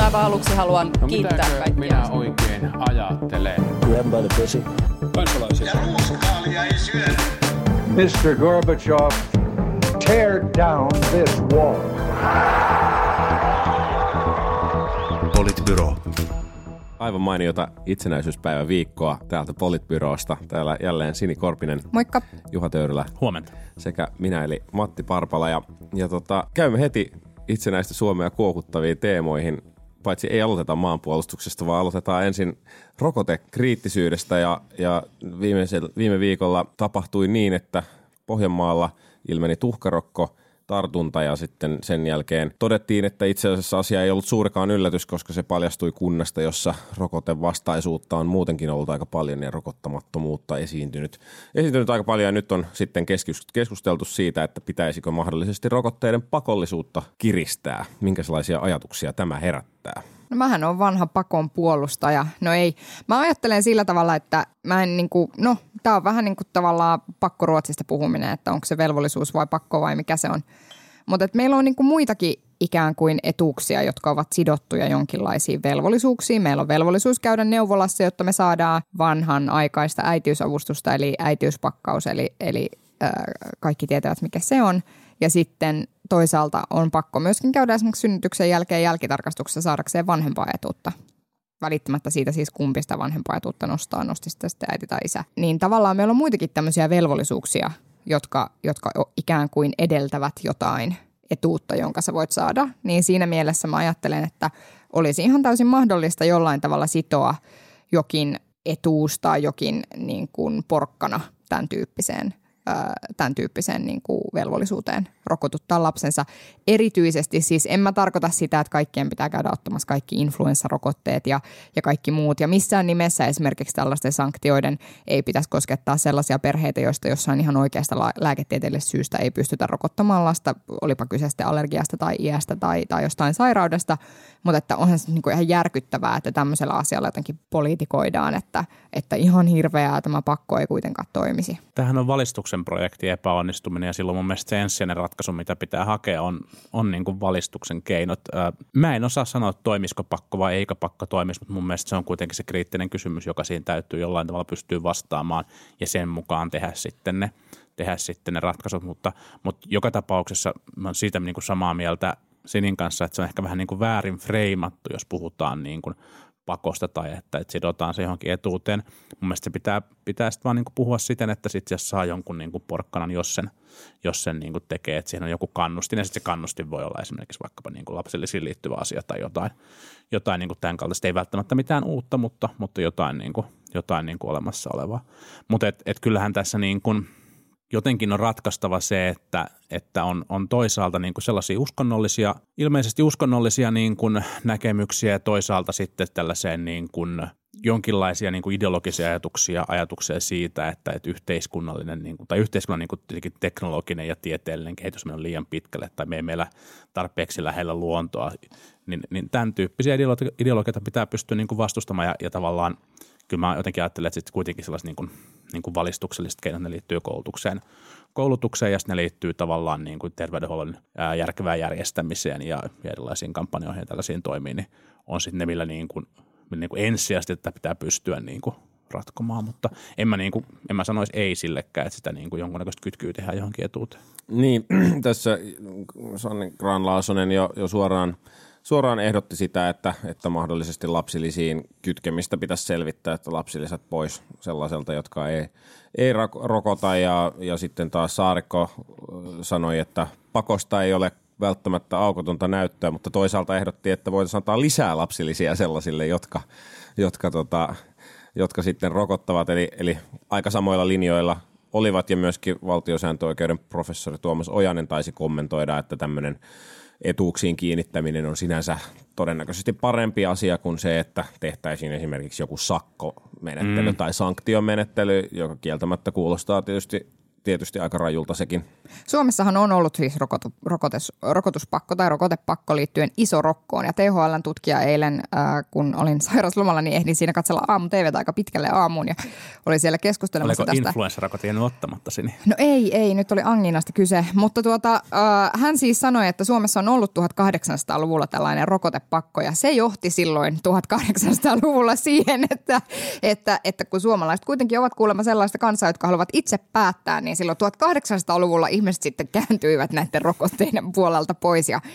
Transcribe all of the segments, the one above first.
aivan aluksi haluan kiittää kaikkia. Minä oikein ajattelen? Grab by the pussy. Kansalaisia. Ja ruuskaalia ei syödä. Mr. Gorbachev, tear down this wall. Politbyro. Aivan mainiota itsenäisyyspäivän viikkoa täältä Politbyrosta. Täällä jälleen Sini Korpinen. Moikka. Juha Töyrylä. Huomenta. Sekä minä eli Matti Parpala. Ja käymme heti itsenäistä Suomea kuohuttaviin teemoihin. Paitsi ei aloiteta maanpuolustuksesta, vaan aloitetaan ensin rokotekriittisyydestä. Ja viime viikolla tapahtui niin, että Pohjanmaalla ilmeni tuhkarokko tartunta ja sitten sen jälkeen todettiin, että itse asiassa asia ei ollut suurikaan yllätys, koska se paljastui kunnasta, jossa rokotevastaisuutta on muutenkin ollut aika paljon ja rokottamattomuutta esiintynyt aika paljon. Ja nyt on sitten keskusteltu siitä, että pitäisikö mahdollisesti rokotteiden pakollisuutta kiristää. Minkälaisia ajatuksia tämä herättää? No mähän on vanha pakon puolustaja. No ei. Mä ajattelen sillä tavalla, että mä en tää on vähän niin kuin tavallaan pakkoruotsista puhuminen, että onko se velvollisuus vai pakko vai mikä se on. Mutta meillä on niin kuin muitakin ikään kuin etuuksia, jotka ovat sidottuja jonkinlaisiin velvollisuuksiin. Meillä on velvollisuus käydä neuvolassa, jotta me saadaan vanhan aikaista äitiysavustusta eli äitiyspakkaus, eli kaikki tietävät mikä se on. Ja sitten toisaalta on pakko myöskin käydä esimerkiksi synnytyksen jälkeen jälkitarkastuksessa saadakseen vanhempaetuutta. Välittämättä siitä siis kumpi sitä vanhempaetuutta nosti sitä sitten äiti tai isä. Niin tavallaan meillä on muitakin tämmöisiä velvollisuuksia, jotka ikään kuin edeltävät jotain etuutta, jonka sä voit saada. Niin siinä mielessä mä ajattelen, että olisi ihan täysin mahdollista jollain tavalla sitoa jokin etuus tai jokin niin kuin porkkana tämän tyyppiseen niin kuin velvollisuuteen rokotuttaa lapsensa. Erityisesti siis en mä tarkoita sitä, että kaikkien pitää käydä ottamassa kaikki influenssarokotteet ja kaikki muut. Ja missään nimessä esimerkiksi tällaisten sanktioiden ei pitäisi koskettaa sellaisia perheitä, joista jossain ihan oikeasta lääketieteellisestä syystä ei pystytä rokottamaan lasta, olipa kyse sitten allergiasta tai iästä tai jostain sairaudesta. Mutta että onhan se niin kuin ihan järkyttävää, että tämmöisellä asialla jotenkin politikoidaan, että ihan hirveää tämä pakko ei kuitenkaan toimisi. Tämähän on valistuksen projektin epäonnistuminen ja silloin mun mielestä se ensisijainen ratkaisu, mitä pitää hakea, on niin kuin valistuksen keinot. Mä en osaa sanoa, että toimisiko pakko vai eikö pakko toimisi, mutta mun mielestä se on kuitenkin se kriittinen kysymys, joka siinä täytyy jollain tavalla pystyä vastaamaan ja sen mukaan tehdä sitten ne ratkaisut. Mutta joka tapauksessa mä oon siitä niin kuin samaa mieltä Sinin kanssa, että se on ehkä vähän niin kuin väärin freimattu, jos puhutaan niin kuin pakosta tai että sidotaan se johonkin etuuteen. Mun mielestä se pitää sitten vaan niin kuin puhua siten, että sitten saa jonkun niin kuin porkkanan, jos sen niin kuin tekee, että siihen on joku kannustin. Ja sitten se kannustin voi olla esimerkiksi vaikkapa niin kuin lapsellisiin liittyvä asia tai jotain niin kuin tämän kaltaista. Ei välttämättä mitään uutta, mutta jotain niin kuin olemassa olevaa. Mutta kyllähän tässä niin kuin jotenkin on ratkaistava se, että on toisaalta niin kuin sellaisia ilmeisesti uskonnollisia niin kuin näkemyksiä ja toisaalta sitten tällaiseen niin kuin jonkinlaisia niin kuin ideologisia ajatuksia siitä, että yhteiskunnallinen niin kuin, tai yhteiskunnan niin kuin teknologinen ja tieteellinen kehitys on liian pitkälle tai me ei meillä tarpeeksi lähellä luontoa, niin tämän tyyppisiä ideologioita pitää pystyä niin kuin vastustamaan ja tavallaan kyllä mä jotenkin ajattelen, että sitten kuitenkin sellaiset niin kuin valistukselliset keinot, ne liittyy koulutukseen ja sitten ne liittyy tavallaan niin kuin terveydenhuollon järkevään järjestämiseen ja erilaisiin kampanjoihin ja tällaisiin toimiin, niin on sitten ne, millä niin kuin ensisijaisesti tätä pitää pystyä niin kuin ratkomaan, mutta en mä sanoisi ei sillekään, että sitä niin kuin jonkunnäköistä kytkyä tehdään johonkin etuuteen. Niin, tässä Sanni Grahn-Laasonen jo suoraan ehdotti sitä, että mahdollisesti lapsilisiin kytkemistä pitäisi selvittää, että lapsilisät pois sellaiselta, jotka ei rokota. Ja sitten taas Saarikko sanoi, että pakosta ei ole välttämättä aukotonta näyttöä, mutta toisaalta ehdotti, että voitaisiin antaa lisää lapsilisiä sellaisille, jotka sitten rokottavat. Eli aika samoilla linjoilla olivat ja myöskin valtiosääntöoikeuden professori Tuomas Ojanen taisi kommentoida, että tämmöinen etuuksiin kiinnittäminen on sinänsä todennäköisesti parempi asia kuin se, että tehtäisiin esimerkiksi joku sakkomenettely tai sanktiomenettely, joka kieltämättä kuulostaa tietysti tietysti aika rajulta sekin. Suomessahan on ollut siis rokotuspakko tai rokotepakko liittyen isorokkoon. Ja THL:n tutkija eilen, kun olin sairauslomalla, niin ehdin siinä katsella aamu-tv:tä aika pitkälle aamuun. Ja oli siellä keskustelemassa tästä. Oliko influenssarokote jäänyt ottamatta sinne? No ei, nyt oli angiinasta kyse. Mutta hän siis sanoi, että Suomessa on ollut 1800-luvulla tällainen rokotepakko. Ja se johti silloin 1800-luvulla siihen, että kun suomalaiset kuitenkin ovat kuulemma sellaista kansaa, jotka haluavat itse päättää, niin silloin 1800-luvulla ihmiset sitten kääntyivät näiden rokotteiden puolelta pois. Ja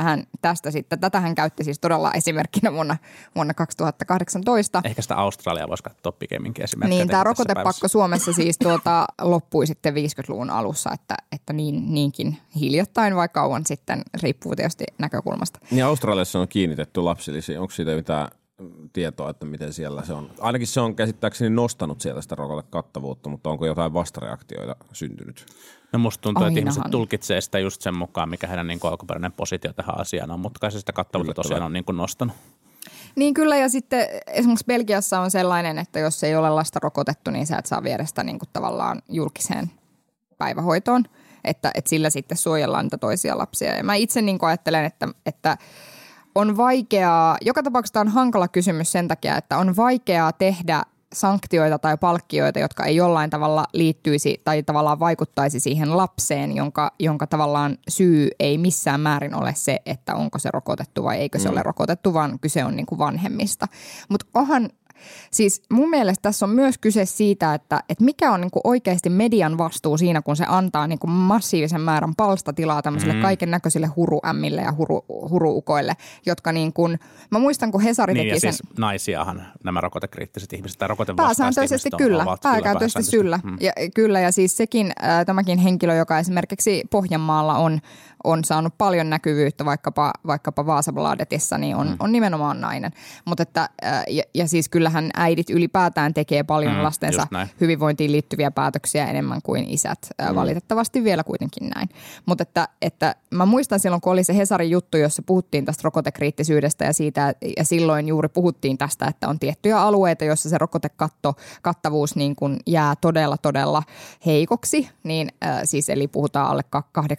tätä hän käytti siis todella esimerkkinä vuonna 2018. Ehkä sitä Australiaa voisi katsoa pikemminkin esimerkkinä. Niin, tämä rokotepakko Suomessa siis loppui sitten 50-luvun alussa, että niinkin hiljattain vai kauan sitten, riippuu tietysti näkökulmasta. Niin Australiassa on kiinnitetty lapsillisiin. Onko siitä mitään tietoa, että miten siellä se on? Ainakin se on käsittääkseni nostanut sieltä sitä rokotekattavuutta, mutta onko jotain vastareaktioita syntynyt? No musta tuntuu, että ihmiset tulkitsee sitä just sen mukaan, mikä heidän niin kuin alkuperäinen positio tähän asiaan on, mutta kai se sitä kattavuutta tosiaan on niin kuin nostanut. Niin kyllä, ja sitten esimerkiksi Belgiassa on sellainen, että jos ei ole lasta rokotettu, niin sä et saa viedä sitä niin kuin tavallaan julkiseen päivähoitoon, että sillä sitten suojellaan niitä toisia lapsia. Ja mä itse niin kuin ajattelen, että on vaikeaa, joka tapauksessa tämä on hankala kysymys sen takia, että on vaikeaa tehdä sanktioita tai palkkioita, jotka ei jollain tavalla liittyisi tai tavallaan vaikuttaisi siihen lapseen, jonka tavallaan syy ei missään määrin ole se, että onko se rokotettu vai eikö se ole rokotettu, vaan kyse on niin kuin vanhemmista. Mutta siis mun mielestä tässä on myös kyse siitä, että mikä on niin kuin oikeasti median vastuu siinä, kun se antaa niin kuin massiivisen määrän palstatilaa tämmöisille kaiken näköisille huruämmille ja huruukoille, jotka niin kuin, mä muistan kun Hesari teki ja sen. Siis naisiahan nämä rokotekriittiset ihmiset tai pääsääntöisesti kyllä, pääsääntöisesti kyllä ja siis sekin, tämäkin henkilö, joka esimerkiksi Pohjanmaalla on saanut paljon näkyvyyttä vaikkapa Vaasabladetissa, niin on nimenomaan nainen. Mutta ja siis kyllähän äidit ylipäätään tekee paljon lastensa hyvinvointiin liittyviä päätöksiä enemmän kuin isät. Valitettavasti vielä kuitenkin näin. Mutta että mä muistan silloin, kun oli se Hesarin juttu, jossa puhuttiin tästä rokotekriittisyydestä ja siitä, ja silloin juuri puhuttiin tästä, että on tiettyjä alueita, joissa se rokotekattavuus niin kuin jää todella heikoksi, niin siis eli puhutaan alle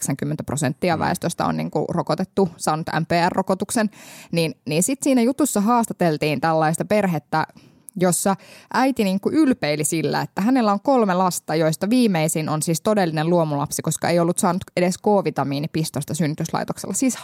80% väestöstä on niin kuin rokotettu, saanut MPR-rokotuksen, niin sitten siinä jutussa haastateltiin tällaista perhettä, jossa äiti niin kuin ylpeili sillä, että hänellä on 3 lasta, joista viimeisin on siis todellinen luomulapsi, koska ei ollut saanut edes K-vitamiinipistosta synnytyslaitoksella. Siis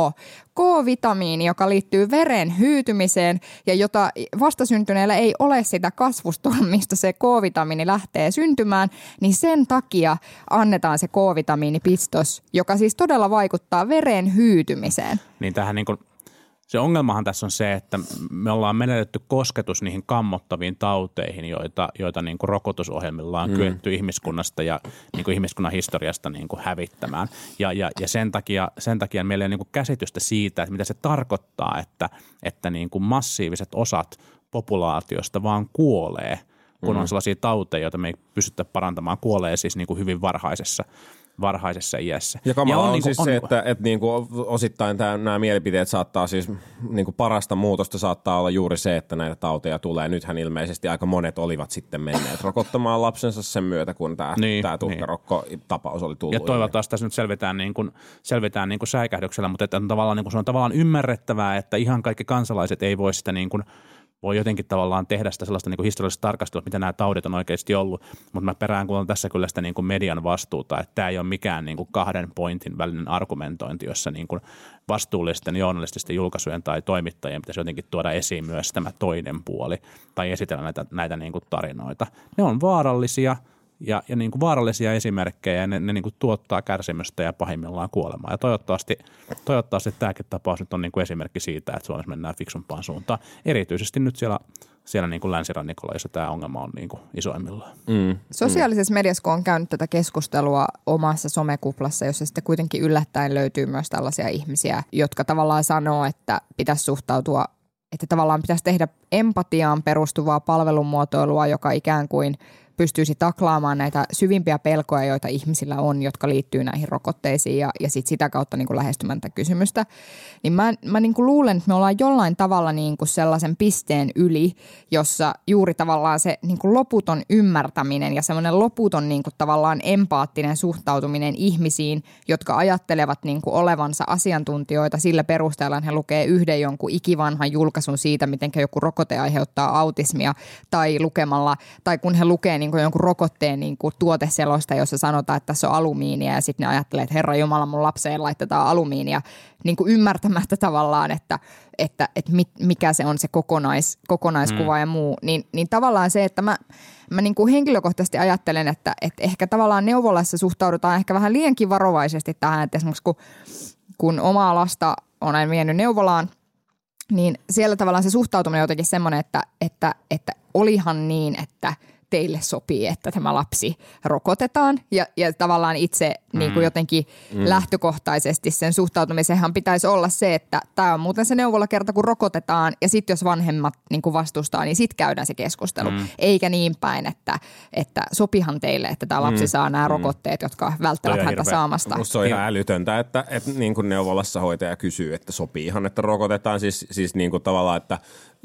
K-vitamiini, joka liittyy veren hyytymiseen ja jota vastasyntyneellä ei ole sitä kasvustoa, mistä se K-vitamiini lähtee syntymään, niin sen takia annetaan se K-vitamiinipistos, joka siis todella vaikuttaa veren hyytymiseen. Niin tähän niin kuin se ongelmahan tässä on se, että me ollaan menetetty kosketus niihin kammottaviin tauteihin, joita niin kuin rokotusohjelmilla on kyetty ihmiskunnasta ja niin kuin ihmiskunnan historiasta niin kuin hävittämään. Ja sen takia meillä ei ole niin kuin käsitystä siitä, että mitä se tarkoittaa, että niin kuin massiiviset osat populaatiosta vaan kuolee, kun on sellaisia tauteja, joita me ei pystytä parantamaan. Kuolee siis niin kuin hyvin varhaisessa iässä. Ja kamala on siis se, että niin kuin osittain nämä mielipiteet saattaa siis, niin kuin parasta muutosta saattaa olla juuri se, että näitä tauteja tulee. Nythän ilmeisesti aika monet olivat sitten menneet rokottamaan lapsensa sen myötä, kun tämä tuhkarokko-tapaus oli tullut. Ja toivottavasti tässä nyt selvitään niin kuin säikähdyksellä, mutta että on tavallaan, niin kuin se on tavallaan ymmärrettävää, että ihan kaikki kansalaiset ei voi sitä niin kuin voi jotenkin tavallaan tehdä sitä sellaista niin kuin historiallista tarkastelua, mitä nämä taudit on oikeasti ollut, mutta mä peräänkuulan tässä kyllä sitä niin kuin median vastuuta, että tämä ei ole mikään niin kuin 2 pointin välinen argumentointi, jossa niin kuin vastuullisten journalististen julkaisujen tai toimittajien pitäisi jotenkin tuoda esiin myös tämä toinen puoli tai esitellä näitä niin kuin tarinoita. Ne on vaarallisia ja niin kuin vaarallisia esimerkkejä ja ne niin kuin tuottaa kärsimystä ja pahimmillaan kuolemaa. Ja toivottavasti tämäkin tapaus nyt on niin kuin esimerkki siitä, että Suomessa mennään fiksumpaan suuntaan. Erityisesti nyt siellä niin kuin länsirannikolla, jossa tämä ongelma on niin kuin isoimmillaan. Sosiaalisessa mediassa, kun on käynyt tätä keskustelua omassa somekuplassa, jossa sitten kuitenkin yllättäen löytyy myös tällaisia ihmisiä, jotka tavallaan sanoo, että pitäisi suhtautua, että tavallaan pitäisi tehdä empatiaan perustuvaa palvelumuotoilua, joka ikään kuin pystyisi taklaamaan näitä syvimpiä pelkoja, joita ihmisillä on, jotka liittyy näihin rokotteisiin ja sit sitä kautta niin kuin lähestymään tätä kysymystä. Niin mä niin kuin luulen, että me ollaan jollain tavalla niin kuin sellaisen pisteen yli, jossa juuri tavallaan se niin kuin loputon ymmärtäminen ja semmoinen loputon niin kuin tavallaan empaattinen suhtautuminen ihmisiin, jotka ajattelevat niin kuin olevansa asiantuntijoita sillä perusteella, että he lukee yhden jonkun ikivanhan julkaisun siitä, miten joku rokote aiheuttaa autismia tai lukemalla, tai kun he lukee niin kuin jonkun rokotteen niin kuin tuoteselosta, jossa sanotaan, että tässä on alumiinia ja sitten ne ajattelee, että Herra Jumala, mun lapseen laitetaan alumiinia, niin kuin ymmärtämättä tavallaan, että mikä se on se kokonaiskuva ja muu, niin tavallaan se, että mä niin kuin henkilökohtaisesti ajattelen, että ehkä tavallaan neuvolassa suhtaudutaan ehkä vähän liiankin varovaisesti tähän, että esimerkiksi kun omaa lasta olen vienyt neuvolaan, niin siellä tavallaan se suhtautuminen on jotenkin semmoinen, että olihan niin, että teille sopii, että tämä lapsi rokotetaan ja tavallaan itse niin kuin jotenkin lähtökohtaisesti sen suhtautumisenhan pitäisi olla se, että tämä on muuten se neuvolakerta, kun rokotetaan ja sitten jos vanhemmat niin kuin vastustaa, niin sitten käydään se keskustelu. Eikä niin päin, että sopihan teille, että tämä lapsi saa nämä rokotteet, jotka välttävät häntä saamasta. Musta se on ihan älytöntä, että niin kuin neuvolassa hoitaja kysyy, että sopiihan, että rokotetaan. Siis niin kuin tavallaan, että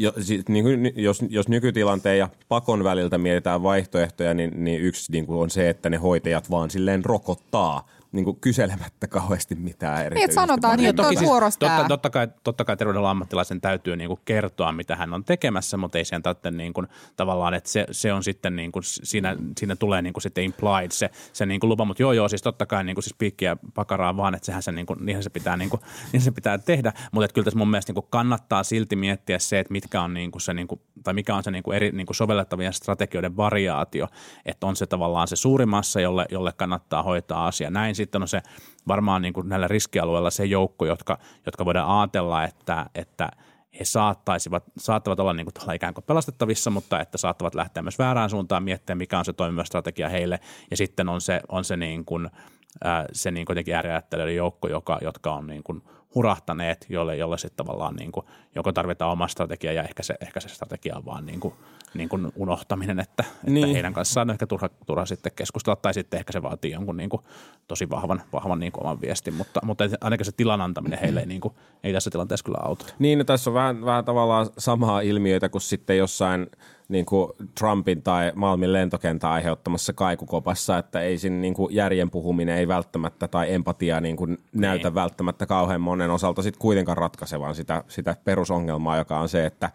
jos nykytilanteen ja pakon väliltä mietitään vaihtoehtoja, niin yksi niin kuin on se, että ne hoitajat vaan silleen rokottaa niin kuin kyselemättä kauheasti mitään erityisesti. Niin, sanotaan, että on vuorostaan. Totta kai terveydenhuollon ammattilaisen täytyy niin kuin kertoa, mitä hän on tekemässä, mutta ei sen tarvitse niin kuin, tavallaan, että se on sitten niin kuin, siinä tulee niin kuin sitten implied se niin kuin lupa, mutta joo, siis totta kai niin kuin siis piikkiä pakaraa vaan, että sehän se niin kuin, niinhän se pitää tehdä, mutta että kyllä tässä mun mielestä niin kuin kannattaa silti miettiä se, että mitkä on niin kuin se niin kuin, tai mikä on se niin kuin eri niin kuin sovellettavien strategioiden variaatio, että on se tavallaan se suuri massa, jolle kannattaa hoitaa asia näin. Sitten on se varmaan niin kuin näillä riskialueilla se joukko, jotka voidaan ajatella, että he saattavat olla niin kuin ikään kuin pelastettavissa, mutta että saattavat lähteä myös väärään suuntaan miettimään, mikä on se toimiva strategia heille. Ja sitten on se niin kuin jotenkin ääriajattelijoiden joukko, jotka on niin kuin hurahtaneet, jolle sitten tavallaan niin kuin, joko tarvitaan oma strategia ja ehkä se strategia on vaan niin kuin unohtaminen, että heidän kanssaan on ehkä turha sitten keskustella tai sitten ehkä se vaatii jonkun niin kuin tosi vahvan niin kuin oman viestin, mutta ainakin se tilan antaminen heille ei tässä tilanteessa kyllä auta. Niin, tässä on vähän tavallaan samaa ilmiöitä kuin sitten jossain niin kuin Trumpin tai Malmin lentokentän aiheuttamassa kaikukopassa, että ei siinä niin kuin järjen puhuminen ei välttämättä tai empatia niin kuin näytä välttämättä kauhean monen osalta sitten kuitenkaan ratkaisevan sitä perusongelmaa, joka on se, että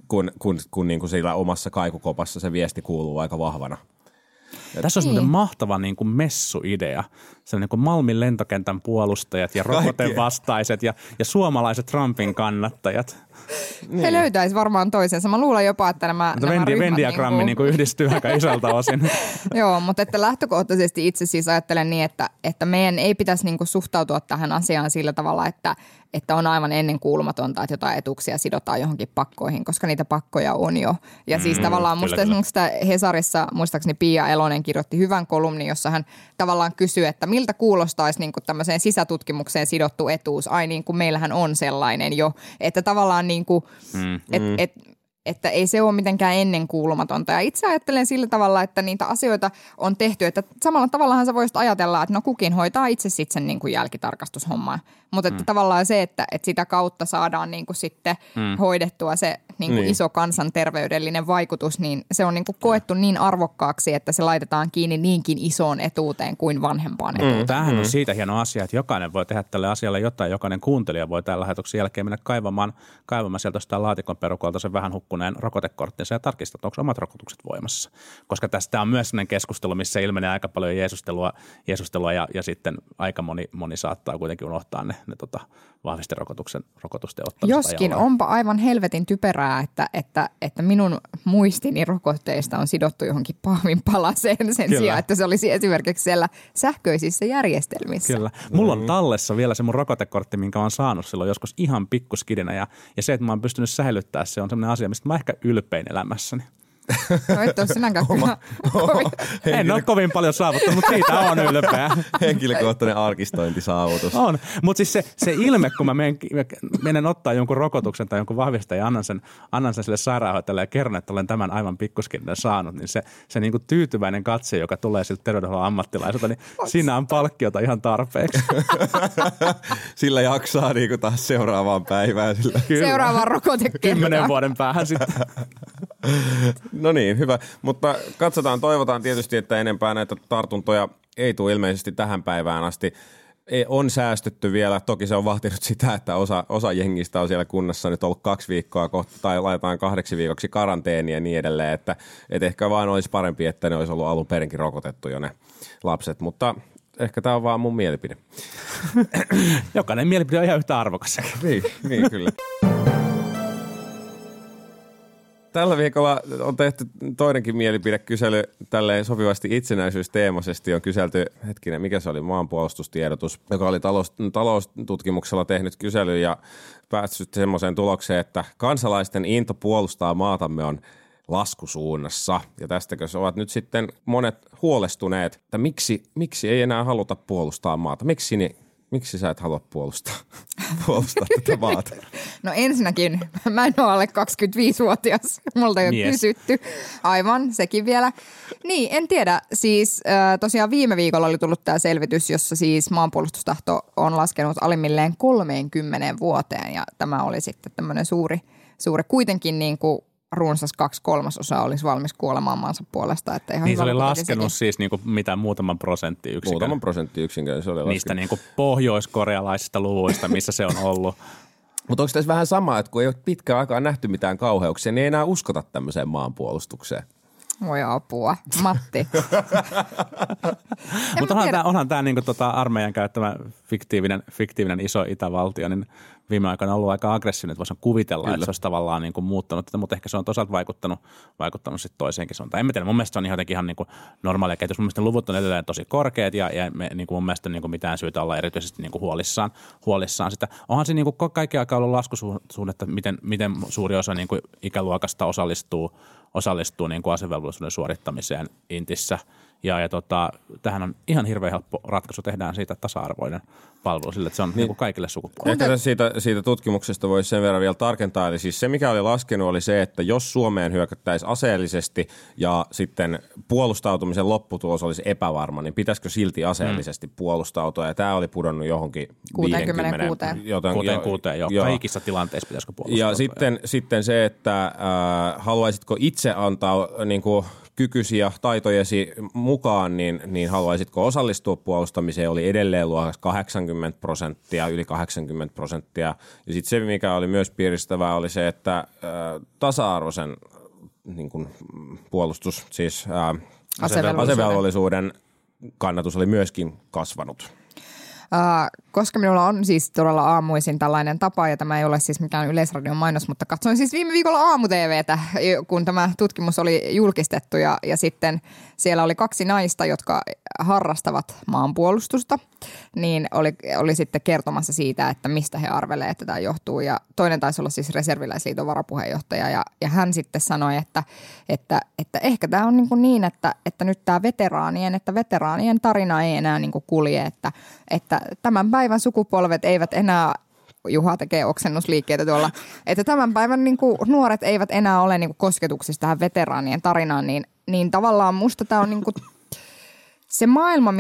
kun niin kuin sillä omassa kaikukopassa se viesti kuuluu aika vahvana. Tässä on semmoinen mahtava niin kuin messuidea. Se on niin kuin Malmin lentokentän puolustajat ja rokotevastaiset ja suomalaiset Trumpin kannattajat. He löytäisi varmaan toisensa. Mä luulen jopa, että nämä Venn-diagrammi niin kuin yhdistyy aika isolta osin. Joo, mutta että lähtökohtaisesti itse siis ajattelen niin, että meidän ei pitäisi niin kuin suhtautua tähän asiaan sillä tavalla, että on aivan ennenkuulumatonta, että jotain etuuksia sidotaan johonkin pakkoihin, koska niitä pakkoja on jo. Ja siis tavallaan musta esimerkiksi Hesarissa, muistaakseni Pia Elonen kirjoitti hyvän kolumnin, jossa hän tavallaan kysyy, että miltä kuulostaisi niin kuin tämmöiseen sisätutkimukseen sidottu etuus. Ai niin kuin meillähän on sellainen jo, että tavallaan niin kuin, että ei se ole mitenkään ennenkuulumatonta. Ja itse ajattelen sillä tavalla, että niitä asioita on tehty, että samalla tavallahan sä voisit ajatella, että no kukin hoitaa itse sitten sen niin kuin jälkitarkastushommaa. Mutta että tavallaan se, että sitä kautta saadaan niin kuin sitten hoidettua se niin kuin iso kansanterveydellinen vaikutus, niin se on niin kuin koettu niin arvokkaaksi, että se laitetaan kiinni niinkin isoon etuuteen kuin vanhempaan etuuteen. Tämähän on siitä hieno asia, että jokainen voi tehdä tälle asialle jotain. Jokainen kuuntelija voi tämän lähetyksen jälkeen mennä kaivamaan sieltä jostain laatikon perukolta sen vähän hukkuneen rokotekorttinsa ja tarkistaa, onko omat rokotukset voimassa. Koska tästä on myös sellainen keskustelu, missä ilmenee aika paljon jeesustelua ja sitten aika moni saattaa kuitenkin unohtaa ne vahvisten rokotusten ottamista. Joskin onpa aivan helvetin typerää, että minun muistini rokotteista on sidottu johonkin pahvin palaseen sen sijaan, että se olisi esimerkiksi siellä sähköisissä järjestelmissä. Kyllä. Mulla on tallessa vielä se mun rokotekortti, minkä mä oon saanut silloin joskus ihan pikkuskidinä ja se, että mä oon pystynyt säilyttämään, se on sellainen asia, mistä mä oon ehkä ylpein elämässäni. No et ole sinäkään kyllä En ole kovin paljon saavuttanut, mutta siitä on ylpeä. Henkilökohtainen arkistointisaavutus. On, mutta siis se ilme, kun mä menen ottaa jonkun rokotuksen tai jonkun vahvistajan ja annan sen sille sairaanhoitajalle ja kerron, että olen tämän aivan pikkuskinen saanut, niin se niin kuin tyytyväinen katse, joka tulee siltä terveydenhuollon ammattilaiselta, niin siinä on palkkiota ihan tarpeeksi. Sillä jaksaa niin kuin taas seuraavaan päivään. Seuraavaan rokotekertaan. 10 vuoden päähän sitten. No niin, hyvä. Mutta toivotaan tietysti, että enempää näitä tartuntoja ei tule ilmeisesti tähän päivään asti. On säästetty vielä. Toki se on vahtinut sitä, että osa jengistä on siellä kunnassa nyt ollut 2 viikkoa kohta, tai laitetaan 8 viikoksi karanteenia ja niin edelleen, että ehkä vaan olisi parempi, että ne olisi ollut alun perinkin rokotettu jo ne lapset, mutta ehkä tämä on vaan mun mielipide. Jokainen mielipide on ihan yhtä arvokas. Niin kyllä. Tällä viikolla on tehty toinenkin mielipidekysely tälleen sopivasti itsenäisyysteemaisesti. On kyselty, mikä se oli, maanpuolustustiedotus, joka oli taloustutkimuksella tehnyt kysely ja päässyt semmoiseen tulokseen, että kansalaisten into puolustaa maatamme on laskusuunnassa. Ja tästäkö ovat nyt sitten monet huolestuneet, että miksi ei enää haluta puolustaa maata? Miksi sä et halua puolustaa tätä maata? No ensinnäkin, mä en ole alle 25-vuotias. Multa ei ole kysytty. Aivan, sekin vielä. Niin, en tiedä. Siis tosiaan viime viikolla oli tullut tämä selvitys, jossa siis maanpuolustustahto on laskenut alimmilleen 30 vuoteen. Ja tämä oli sitten tämmöinen suuri kuitenkin niin kuin runsas 2/3 olisi valmis kuolemaan maansa puolesta. Että ihan niin se oli laskenut siis niinku mitä muutaman prosenttiyksikön. Muutaman prosenttiyksikön se oli laskenut. Niistä niinku pohjoiskorealaisista luvuista, missä se on ollut. Mutta onko tässä vähän sama, että kun ei ole pitkään aikaa nähty mitään kauheuksia, niin ei enää uskota tämmöiseen maanpuolustukseen? Voi apua. Matti. Mutta onhan tämä niinku armeijan käyttämä fiktiivinen iso itävaltio, niin viime aikoina ollut aika aggressiivinen, että voisi kuvitella, kyllä, että se olisi tavallaan niin kuin muuttanut tätä, mutta ehkä se on toisaalta vaikuttanut sitten toiseenkin suuntaan. En tiedä, mun mielestä se on jotenkin ihan niin kuin normaalia kehitys. Mun mielestä ne luvut on edelleen tosi korkeat ja niin kuin mun mielestä niin kuin mitään syytä olla erityisesti niin kuin huolissaan sitä. Onhan se niin kuin kaikki aika ollut laskusuunnetta, miten suuri osa niin kuin ikäluokasta osallistuu niin kuin asevelvollisuuden suorittamiseen intissä. Ja tähän on ihan hirveän helppo ratkaisu, tehdään siitä tasa-arvoinen palvelu sille, että se on niin kuin kaikille sukupuolille. Ehkä siitä tutkimuksesta voisi sen verran vielä tarkentaa. Eli siis se, mikä oli laskenut, oli se, että jos Suomeen hyökättäisiin aseellisesti ja sitten puolustautumisen lopputulos olisi epävarma, niin pitäisikö silti aseellisesti puolustautua? Ja tämä oli pudonnut johonkin 66, joo. Kaikissa tilanteissa pitäisikö puolustautua. Ja sitten se, että haluaisitko itse antaa niin kuin kykysi ja taitojesi mukaan, niin haluaisitko osallistua puolustamiseen, oli edelleen luokassa 80%, yli 80%. Ja sitten se, mikä oli myös piiristävää, oli se, että tasa-arvoisen niin kuin puolustus, siis asevelvollisuuden kannatus oli myöskin kasvanut. Koska minulla on siis todella aamuisin tällainen tapa, ja tämä ei ole siis mikään Yleisradion mainos, mutta katsoin siis viime viikolla aamu-tv:tä, kun tämä tutkimus oli julkistettu, ja sitten siellä oli 2 naista, jotka harrastavat maanpuolustusta, niin oli sitten kertomassa siitä, että mistä he arvelee, että tämä johtuu, ja toinen taisi olla siis Reserviläisliiton varapuheenjohtaja, ja hän sitten sanoi, että ehkä tämä on niin että nyt tämä veteraanien tarina ei enää niin kuin kulje, että tämän päivän sukupolvet eivät enää, Juha tekee oksennusliikkeitä tuolla, että tämän päivän niin kuin nuoret eivät enää ole niin kuin kosketuksissa tähän veteraanien tarinaan, niin tavallaan musta tämä on niin kuin se maailma,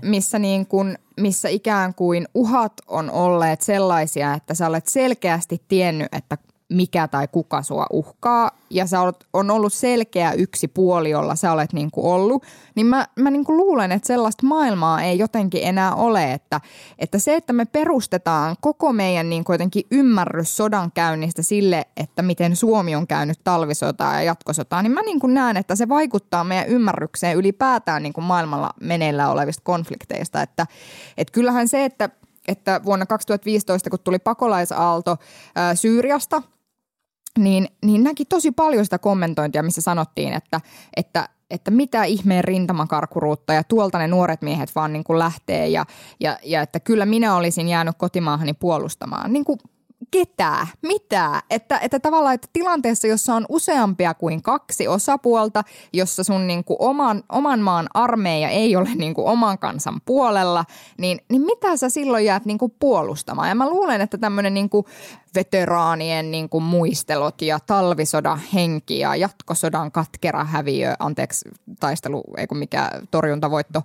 missä ikään kuin uhat on olleet sellaisia, että sä olet selkeästi tiennyt, että mikä tai kuka sua uhkaa, ja on ollut selkeä yksi puoli, jolla sä olet niin kuin ollut, niin mä niin kuin luulen, että sellaista maailmaa ei jotenkin enää ole, että se, että me perustetaan koko meidän niin kuin jotenkin ymmärrys sodankäynnistä sille, että miten Suomi on käynyt talvisotaa ja jatkosotaa, niin mä niin kuin näen, että se vaikuttaa meidän ymmärrykseen ylipäätään niin kuin maailmalla meneillään olevista konflikteista, että kyllähän se, että vuonna 2015, kun tuli pakolaisaalto Syyriasta, niin näki tosi paljon sitä kommentointia, missä sanottiin, että mitä ihmeen rintamakarkuruutta ja tuolta ne nuoret miehet vaan niin kuin lähtee ja että kyllä minä olisin jäänyt kotimaahani puolustamaan. Niin kuin ketään, mitään. Että tavallaan, että tilanteessa, jossa on useampia kuin 2 osapuolta, jossa sun niin kuin oman maan armeija ei ole niin kuin oman kansan puolella, niin mitä sä silloin jäät niin kuin puolustamaan? Ja mä luulen, että tämmöinen niin kuin veteraanien niin kuin muistelot ja talvisodan henki ja jatkosodan katkera häviö, taistelu, ei kun mikä torjuntavoitto.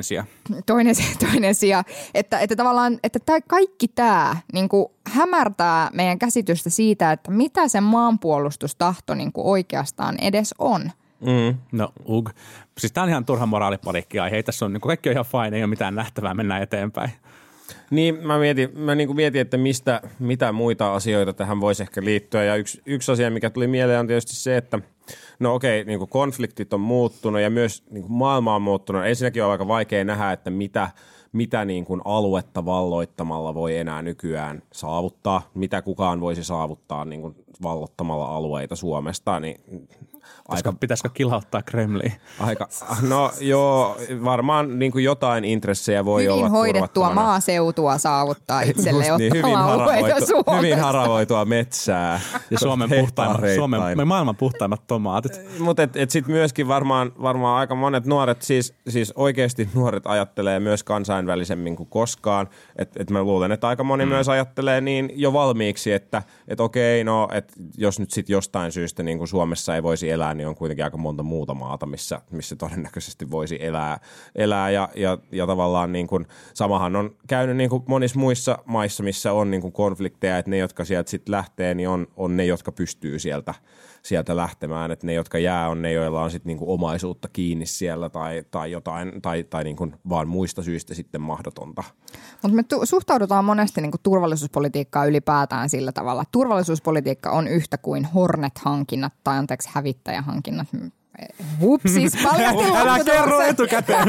Toinen sija. Että tavallaan, että kaikki tämä niin kuin hämärtää meidän käsitystä siitä, että mitä se maanpuolustustahto niin kuin oikeastaan edes on. No, siis tämä on ihan turha moraalipalikki-aihe. Ei tässä on, niin kuin kaikki on ihan fine, ei ole mitään nähtävää, mennään eteenpäin. Niin, mä mietin, että mitä muita asioita tähän voisi ehkä liittyä. Ja yksi asia, mikä tuli mieleen, on tietysti se, että no okei, niin kuin konfliktit on muuttunut ja myös niin kuin maailma on muuttunut. Ensinnäkin on aika vaikea nähdä, että mitä niin kuin aluetta valloittamalla voi enää nykyään saavuttaa, mitä kukaan voisi saavuttaa niin kuin vallottamalla alueita Suomesta, niin pitäisikö kilauttaa Kremliin? No joo, varmaan niin kuin jotain intressejä voi olla. Hyvin hoidettua maaseutua saavuttaa itselleen alueita Suomessa. Hyvin haravoitua metsää. Ja Suomen maailman puhtaimmat tomaatit. Mutta sitten myöskin varmaan aika monet nuoret, siis oikeasti nuoret ajattelee myös kansainvälisemmin kuin koskaan. Et mä luulen, että aika moni myös ajattelee niin jo valmiiksi, että okei, no, että jos nyt sitten jostain syystä niin kuin Suomessa ei voisi elää, niin on kuitenkin aika monta muuta maata, missä todennäköisesti voisi elää ja tavallaan niin kuin, samahan on käynyt niin kuin monissa muissa maissa, missä on niin kuin konflikteja, että ne, jotka sieltä sitten lähtee, niin on ne, jotka pystyy sieltä lähtemään, että ne, jotka jää, on ne, joilla on sitten niin kuin omaisuutta kiinni siellä tai jotain, tai niin kuin vaan muista syistä sitten mahdotonta. Mutta me suhtaudutaan monesti niin kuin turvallisuuspolitiikkaa ylipäätään sillä tavalla. Turvallisuuspolitiikka on yhtä kuin Hornet-hankinnat tai hävittäjähankinnat. Hupsis, paljastin älä kerro etukäteen.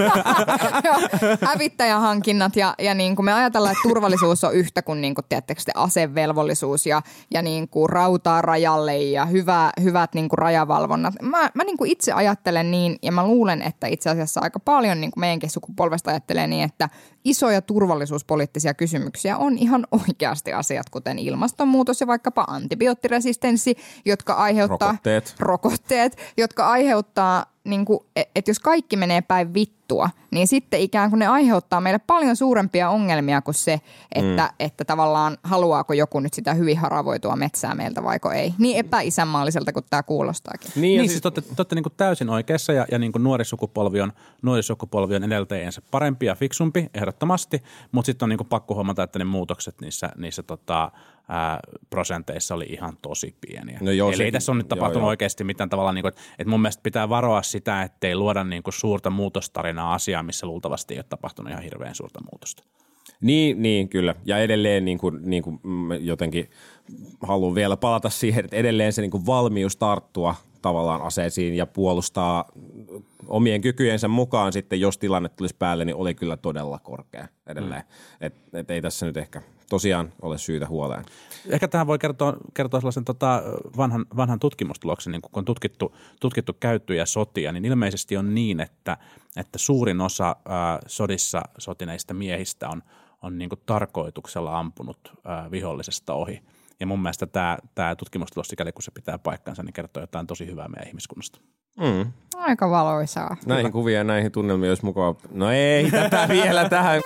Hävittäjähankinnat ja niin kuin me ajatellaan, että turvallisuus on yhtä kuin, tiedättekö te, asevelvollisuus ja niin kuin rautaa rajalle ja hyvät niin kuin rajavalvonnat. Mä niin kuin itse ajattelen niin, ja mä luulen, että itse asiassa aika paljon niin kuin meidänkin sukupolvesta ajattelee niin, että isoja turvallisuuspoliittisia kysymyksiä on ihan oikeasti asiat, kuten ilmastonmuutos ja vaikkapa antibioottiresistenssi, jotka aiheuttaa rokotteet, jotka aiheuttaa, niin kuin, että jos kaikki menee päin vittua, niin sitten ikään kuin ne aiheuttaa meille paljon suurempia ongelmia kuin se, että tavallaan haluaako joku nyt sitä hyvin haravoitua metsää meiltä vaiko ei. Niin epäisänmaalliselta kuin tämä kuulostaakin. Niin siis te olette niin kuin täysin oikeassa ja niin kuin nuori sukupolvi on edeltäjänsä parempi ja fiksumpi ehdottomasti, mutta sitten on niin kuin pakko huomata, että ne muutokset niissä prosenteissa oli ihan tosi pieniä. No joo, eli ei tässä on nyt tapahtunut oikeasti mitään tavalla, niin kuin, että mun mielestä pitää varoa sitä, ettei luoda niin kuin suurta muutostarinaa asiaa, missä luultavasti ei ole tapahtunut ihan hirveän suurta muutosta. Niin kyllä. Ja edelleen niin kuin jotenkin haluan vielä palata siihen, että edelleen se niin kuin valmius tarttua tavallaan aseisiin ja puolustaa omien kykyjensä mukaan sitten, jos tilanne tulisi päälle, niin oli kyllä todella korkea edelleen. Et ei tässä nyt ehkä tosiaan ole syytä huoleen. Ehkä tähän voi kertoa sellaisen vanhan tutkimustuloksen, niin kun on tutkittu käyttyjä sotia, niin ilmeisesti on niin, että suurin osa sodissa sotineista miehistä on niin kuin tarkoituksella ampunut vihollisesta ohi. Ja mun mielestä tämä tutkimustulos, sikäli kun se pitää paikkansa, niin kertoo jotain tosi hyvää meidän ihmiskunnasta. Aika valoisaa. Näihin kuvia ja näihin tunnelmiin olisi mukava. No ei, tätä vielä tähän.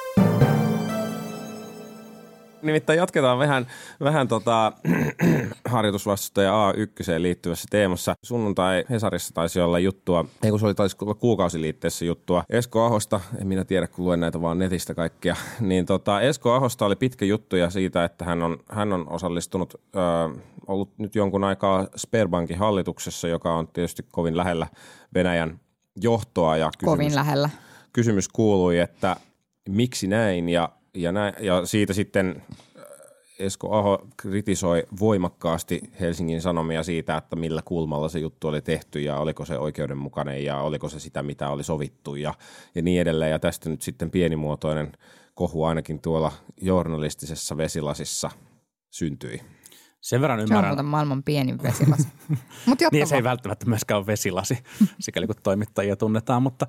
Nimittäin jatketaan vähän harjoitusvastustaja A1 liittyvässä teemassa. Sunnuntai Hesarissa taisi olla juttua, taisi olla kuukausiliitteessä juttua Esko Ahosta. En minä tiedä, kun luen näitä vaan netistä kaikkia. Niin Esko Ahosta oli pitkä juttu ja siitä, että hän on osallistunut, ollut nyt jonkun aikaa Sberbankin hallituksessa, joka on tietysti kovin lähellä Venäjän johtoa. Ja kovin lähellä. Kysymys kuului, että miksi näin ja siitä sitten Esko Aho kritisoi voimakkaasti Helsingin Sanomia siitä, että millä kulmalla se juttu oli tehty ja oliko se oikeudenmukainen ja oliko se sitä, mitä oli sovittu ja niin edelleen. Ja tästä nyt sitten pienimuotoinen kohu ainakin tuolla journalistisessa vesilasissa syntyi. Sen verran ymmärrän. Se on muuten maailman pienin vesilasi. Niin se ei välttämättä myöskään ole vesilasi, sikäli kun toimittajia tunnetaan, mutta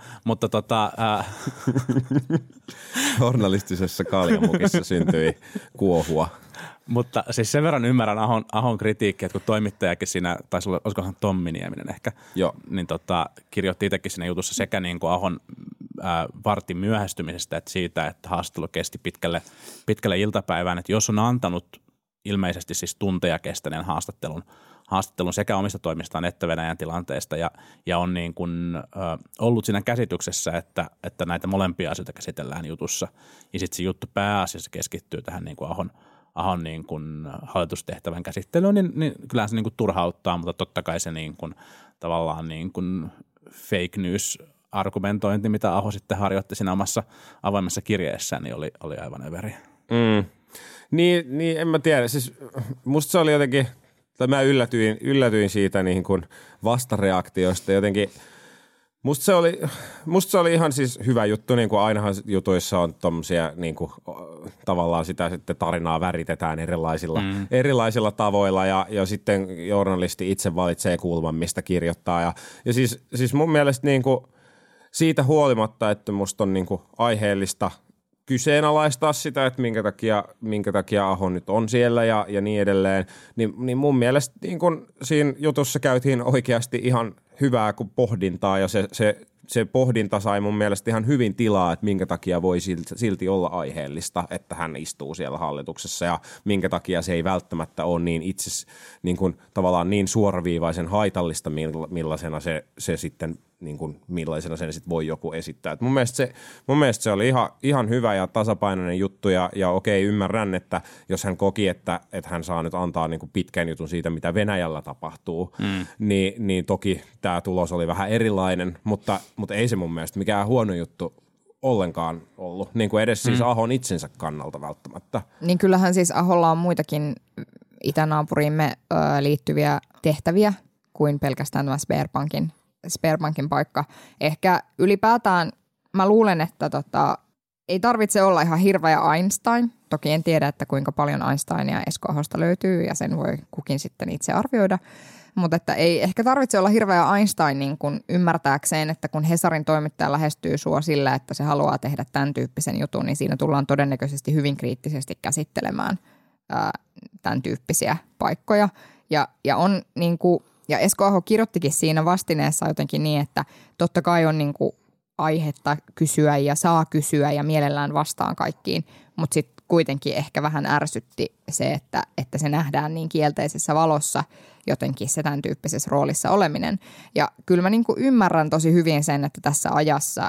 journalistisessa kaljamukissa syntyi kuohua. Mutta siis sen verran ymmärrän Ahon kritiikkiä, että kun toimittajakin siinä, taisi olla, olisikohan Tommi Nieminen ehkä, niin kirjoitti itsekin siinä jutussa sekä niin kuin Ahon vartin myöhästymisestä, että siitä, että haastattelu kesti pitkälle iltapäivään, että jos on antanut ilmeisesti siis tunteja kestäneen haastattelun sekä omista toimistaan että Venäjän tilanteesta ja on niin kuin, ollut siinä käsityksessä, että näitä molempia asioita käsitellään jutussa. Ja sitten se juttu pääasiassa keskittyy tähän niin kuin Ahon niin kuin hallitustehtävän käsittelyyn, niin kyllähän se niin kuin turhauttaa, mutta totta kai se niin kuin, tavallaan niin kuin fake news argumentointi, mitä Aho sitten harjoitti siinä omassa avoimessa kirjeessään, niin oli aivan överiä. Niin, en mä tiedä. Siis musta se oli jotenkin, tai mä yllätyin siitä niin kuin vastareaktioista jotenkin. Musta se oli ihan siis hyvä juttu, niin kuin ainahan jutuissa on tommosia niin kuin, tavallaan sitä sitten tarinaa väritetään erilaisilla tavoilla ja sitten journalisti itse valitsee kulman, mistä kirjoittaa. Ja siis mun mielestä niin kuin, siitä huolimatta, että musta on niin kuin aiheellista kyseenalaistaa sitä, että minkä takia Aho nyt on siellä ja niin edelleen, niin mun mielestä niin kun siinä jutussa käytiin oikeasti ihan hyvää kuin pohdintaa ja se pohdinta sai mun mielestä ihan hyvin tilaa, että minkä takia voi silti olla aiheellista, että hän istuu siellä hallituksessa ja minkä takia se ei välttämättä ole niin itse niin kuin tavallaan niin suoraviivaisen haitallista, millaisena se sitten niin kuin millaisena sen sitten voi joku esittää. Et mun mielestä se oli ihan hyvä ja tasapainoinen juttu ja okei, ymmärrän, että jos hän koki, että hän saa nyt antaa niin kuin pitkän jutun siitä, mitä Venäjällä tapahtuu, niin toki tämä tulos oli vähän erilainen, mutta ei se mun mielestä mikään huono juttu ollenkaan ollut, niin kuin edes siis Ahon itsensä kannalta välttämättä. Niin kyllähän siis Aholla on muitakin itänaapuriimme liittyviä tehtäviä kuin pelkästään tämä Sberbankin paikka. Ehkä ylipäätään mä luulen, että ei tarvitse olla ihan hirveä Einstein. Toki en tiedä, että kuinka paljon Einsteinia Esko Ahosta löytyy ja sen voi kukin sitten itse arvioida. Mutta että ei ehkä tarvitse olla hirveä Einstein niin kun ymmärtääkseen, että kun Hesarin toimittaja lähestyy sua sillä, että se haluaa tehdä tämän tyyppisen jutun, niin siinä tullaan todennäköisesti hyvin kriittisesti käsittelemään tämän tyyppisiä paikkoja. Ja on niin kuin ja Esko Aho kirjoittikin siinä vastineessa jotenkin niin, että totta kai on niin kuin aihetta kysyä ja saa kysyä ja mielellään vastaan kaikkiin, mutta sitten kuitenkin ehkä vähän ärsytti se, että se nähdään niin kielteisessä valossa jotenkin se tämän tyyppisessä roolissa oleminen. Ja kyllä mä niin kuin ymmärrän tosi hyvin sen, että tässä ajassa,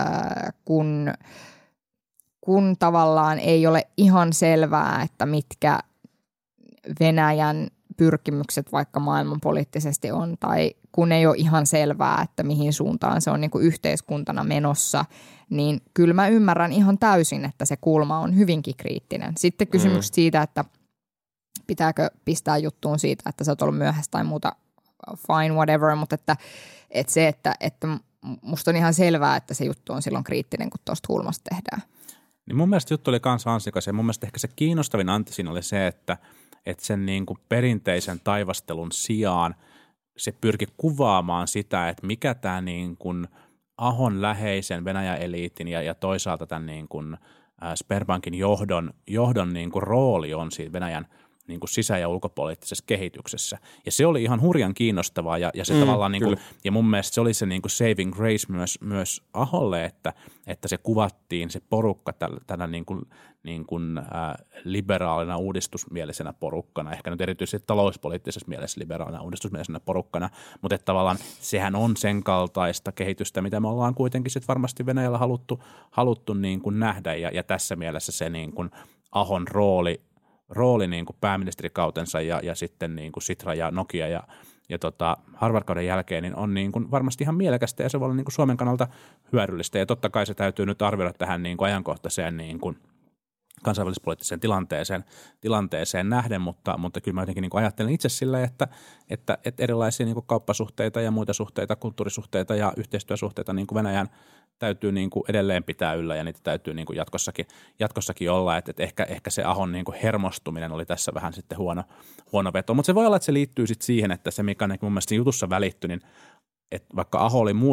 kun tavallaan ei ole ihan selvää, että mitkä Venäjän pyrkimykset vaikka maailmanpoliittisesti on, tai kun ei ole ihan selvää, että mihin suuntaan se on niin kuin yhteiskuntana menossa, niin kyllä mä ymmärrän ihan täysin, että se kulma on hyvinkin kriittinen. Sitten kysymys siitä, että pitääkö pistää juttuun siitä, että sä oot ollut myöhässä tai muuta, fine, whatever, mutta että musta on ihan selvää, että se juttu on silloin kriittinen, kun tuosta kulmasta tehdään. Niin mun mielestä juttu oli kanssa ansiokas ja mun mielestä ehkä se kiinnostavin anti siinä oli se, että sen niin kuin perinteisen taivastelun sijaan se pyrki kuvaamaan sitä, että mikä tämä niin kuin Ahon läheisen Venäjä-eliitin ja toisaalta tämän niin kuin Sberbankin johdon niin kuin rooli on siinä Venäjän niin kuin sisä- ja ulkopoliittisessa kehityksessä. Ja se oli ihan hurjan kiinnostavaa ja se tavallaan niin kuin, ja mun mielestä se oli se niin kuin saving grace myös Aholle, että se kuvattiin se porukka tällä niin kuin liberaalina uudistusmielisenä porukkana, ehkä nyt erityisesti talouspoliittisessa mielessä liberaalina uudistusmielisenä porukkana, mutta että tavallaan sehän on sen kaltaista kehitystä, mitä me ollaan kuitenkin sitten varmasti Venäjällä haluttu niin kuin nähdä ja tässä mielessä se niin kuin Ahon rooli niin kuin pääministerikautensa ja sitten niin kuin Sitra ja Nokia ja Harvard-kauden jälkeen niin on niin kuin varmasti ihan mielekästä ja se voi olla niin kuin Suomen kannalta hyödyllistä. Ja totta kai se täytyy nyt arvioida tähän niin kuin ajankohtaiseen niin kuin kansainvälispoliittiseen tilanteeseen nähden, mutta kyllä mä jotenkin niin kuin ajattelen itse sillä, että erilaisia niin kuin kauppasuhteita ja muita suhteita, kulttuurisuhteita ja yhteistyösuhteita niin kuin Venäjän täytyy niin kuin edelleen pitää yllä ja niitä täytyy niin kuin jatkossakin olla, että ehkä se Ahon niin kuin hermostuminen oli tässä vähän sitten huono veto, mutta se voi olla, että se liittyy sitten siihen, että se mikä mun mielestä jutussa välittyi, niin että vaikka Aho oli muuten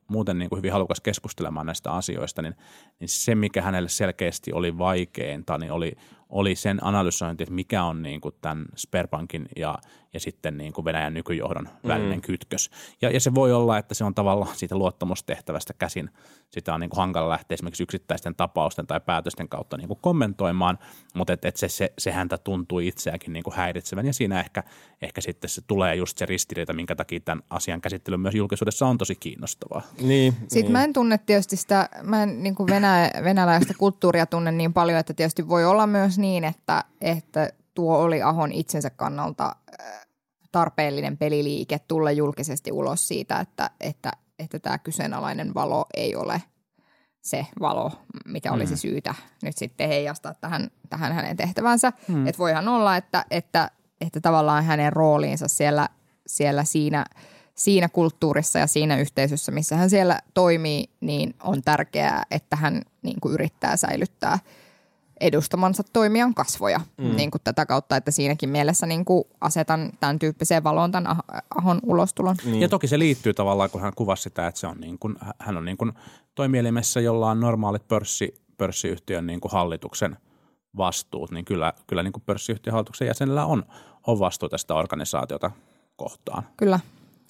muuten niin kuin hyvin halukas keskustelemaan näistä asioista, niin se, mikä hänelle selkeästi oli vaikeinta, niin oli sen analysointi, että mikä on niin kuin tämän Sberbankin ja sitten niin kuin Venäjän nykyjohdon välinen kytkös. Ja se voi olla, että se on tavallaan siitä luottamustehtävästä käsin. Sitä on niin kuin hankala lähteä esimerkiksi yksittäisten tapausten tai päätösten kautta niin kuin kommentoimaan, mutta se häntä tuntui itseäkin niin kuin häiritsevän. Ja siinä ehkä sitten se tulee just se ristiriita, minkä takia tämän asian käsittely myös julkisuudessa on tosi kiinnostavaa. Niin, sitten mä en tunne tietysti sitä, mä en niin kuin venäläistä kulttuuria tunne niin paljon, että tietysti voi olla myös niin, että tuo oli Ahon itsensä kannalta tarpeellinen peliliike tulla julkisesti ulos siitä, että tämä kyseenalainen valo ei ole se valo, mitä olisi syytä nyt sitten heijastaa tähän hänen tehtävänsä. Että voihan olla, että tavallaan hänen rooliinsa siellä siinä kulttuurissa ja siinä yhteisössä, missä hän siellä toimii, niin on tärkeää, että hän niin kuin yrittää säilyttää edustamansa toimijan kasvoja niin kuin tätä kautta, että siinäkin mielessä niin kuin asetan tämän tyyppiseen valoon tämän Ahon ulostulon. Ja toki se liittyy tavallaan, kun hän kuvasi sitä, että se on niin kuin, hän on niin kuin toimielimessä, jolla on normaalit pörssiyhtiön niin kuin hallituksen vastuut, niin kyllä niin kuin pörssiyhtiön hallituksen jäsenellä on vastuu tästä organisaatiota kohtaan. Kyllä.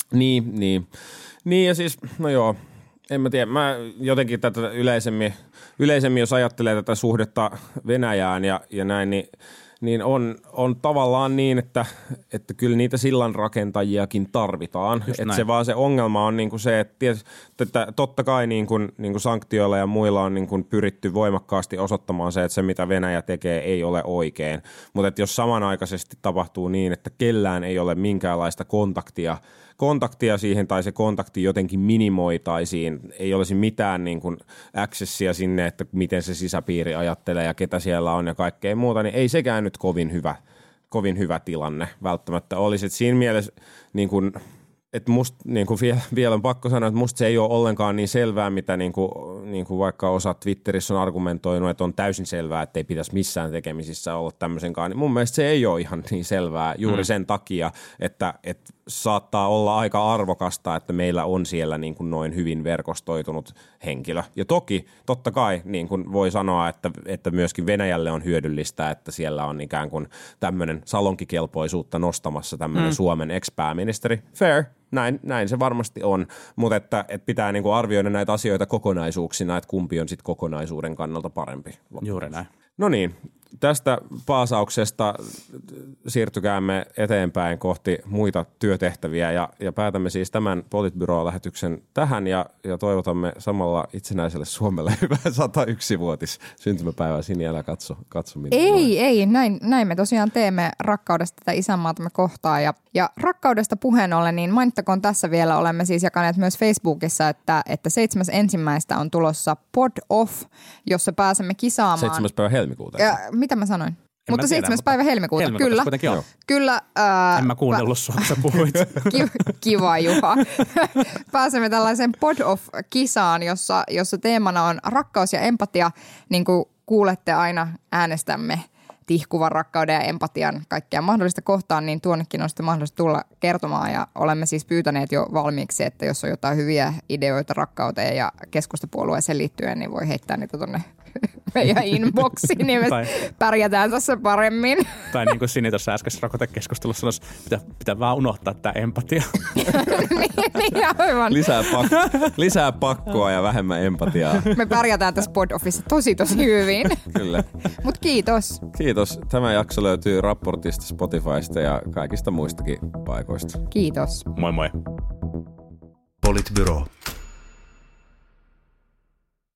Niin ja siis, no joo, en mä tiedä. Mä jotenkin tätä yleisemmin jos ajattelee tätä suhdetta Venäjään ja näin, niin on tavallaan niin, että kyllä niitä sillanrakentajiakin tarvitaan. Että se vaan se ongelma on niinku se, että totta kai niinku sanktioilla ja muilla on niinku pyritty voimakkaasti osoittamaan se, että se mitä Venäjä tekee ei ole oikein. Mutta jos samanaikaisesti tapahtuu niin, että kellään ei ole minkäänlaista kontaktia siihen tai se kontakti jotenkin minimoitaisiin, ei olisi mitään niin kuin accessia sinne, että miten se sisäpiiri ajattelee ja ketä siellä on ja kaikkea muuta, niin ei sekään nyt kovin hyvä tilanne välttämättä olisi. Et siinä mielessä niin kuin, että musta niin kuin vielä on pakko sanoa, että musta se ei ole ollenkaan niin selvää, mitä niin kuin vaikka osa Twitterissä on argumentoinut, että on täysin selvää, että ei pitäisi missään tekemisissä olla tämmöisenkaan. Niin mun mielestä se ei ole ihan niin selvää juuri sen takia, että saattaa olla aika arvokasta, että meillä on siellä niin kuin noin hyvin verkostoitunut henkilö. Ja totta kai niin kuin voi sanoa, että myöskin Venäjälle on hyödyllistä, että siellä on ikään kuin tämmöinen salonkikelpoisuutta nostamassa tämmöinen Suomen ex-pääministeri. Fair. Näin se varmasti on, mutta että pitää niinku arvioida näitä asioita kokonaisuuksina, että kumpi on sitten kokonaisuuden kannalta parempi. Juuri näin. No niin, tästä paasauksesta siirtykäämme eteenpäin kohti muita työtehtäviä ja päätämme siis tämän Politbyro-lähetyksen tähän ja toivotamme samalla itsenäiselle Suomelle hyvää 101-vuotis syntymäpäivää. Sini, älä katso minua. Ei, näin me tosiaan teemme rakkaudesta tätä isänmaatamme kohtaan ja rakkaudesta puheen ollen, niin mainittakoon tässä vielä, olemme siis jakaneet myös Facebookissa, että 7.1. on tulossa Pod Off, jossa pääsemme kisaamaan. 7. päivä helmikuuta. Mitä mä sanoin? Mutta 7. päivä helmikuuta, kyllä. Kyllä. En mä kuunnellut sua, kun sä puhuit. Kiva, Juha. Pääsemme tällaiseen Pod Off-kisaan, jossa teemana on rakkaus ja empatia. Niin kuin kuulette aina äänestämme tihkuvan rakkauden ja empatian kaikkea mahdollista kohtaan, niin tuonnekin on sitten mahdollista tulla kertomaan. Ja olemme siis pyytäneet jo valmiiksi, että jos on jotain hyviä ideoita rakkauteen ja keskustapuolueeseen liittyen, niin voi heittää niitä tuonne meidän inboxiin, niin me pärjätään tässä paremmin. Tai niin kuin Sini tuossa äskeisessä rokotekeskustelussa sanoisi, pitää vaan unohtaa tämä empatia. niin, aivan. Lisää pakkoa ja vähemmän empatiaa. Me pärjätään tässä Pod-Offissa tosi hyvin. Kyllä. Mut kiitos. Kiitos. Tämä jakso löytyy Rapportista, Spotifysta ja kaikista muistakin paikoista. Kiitos. Moi moi. Politbyro.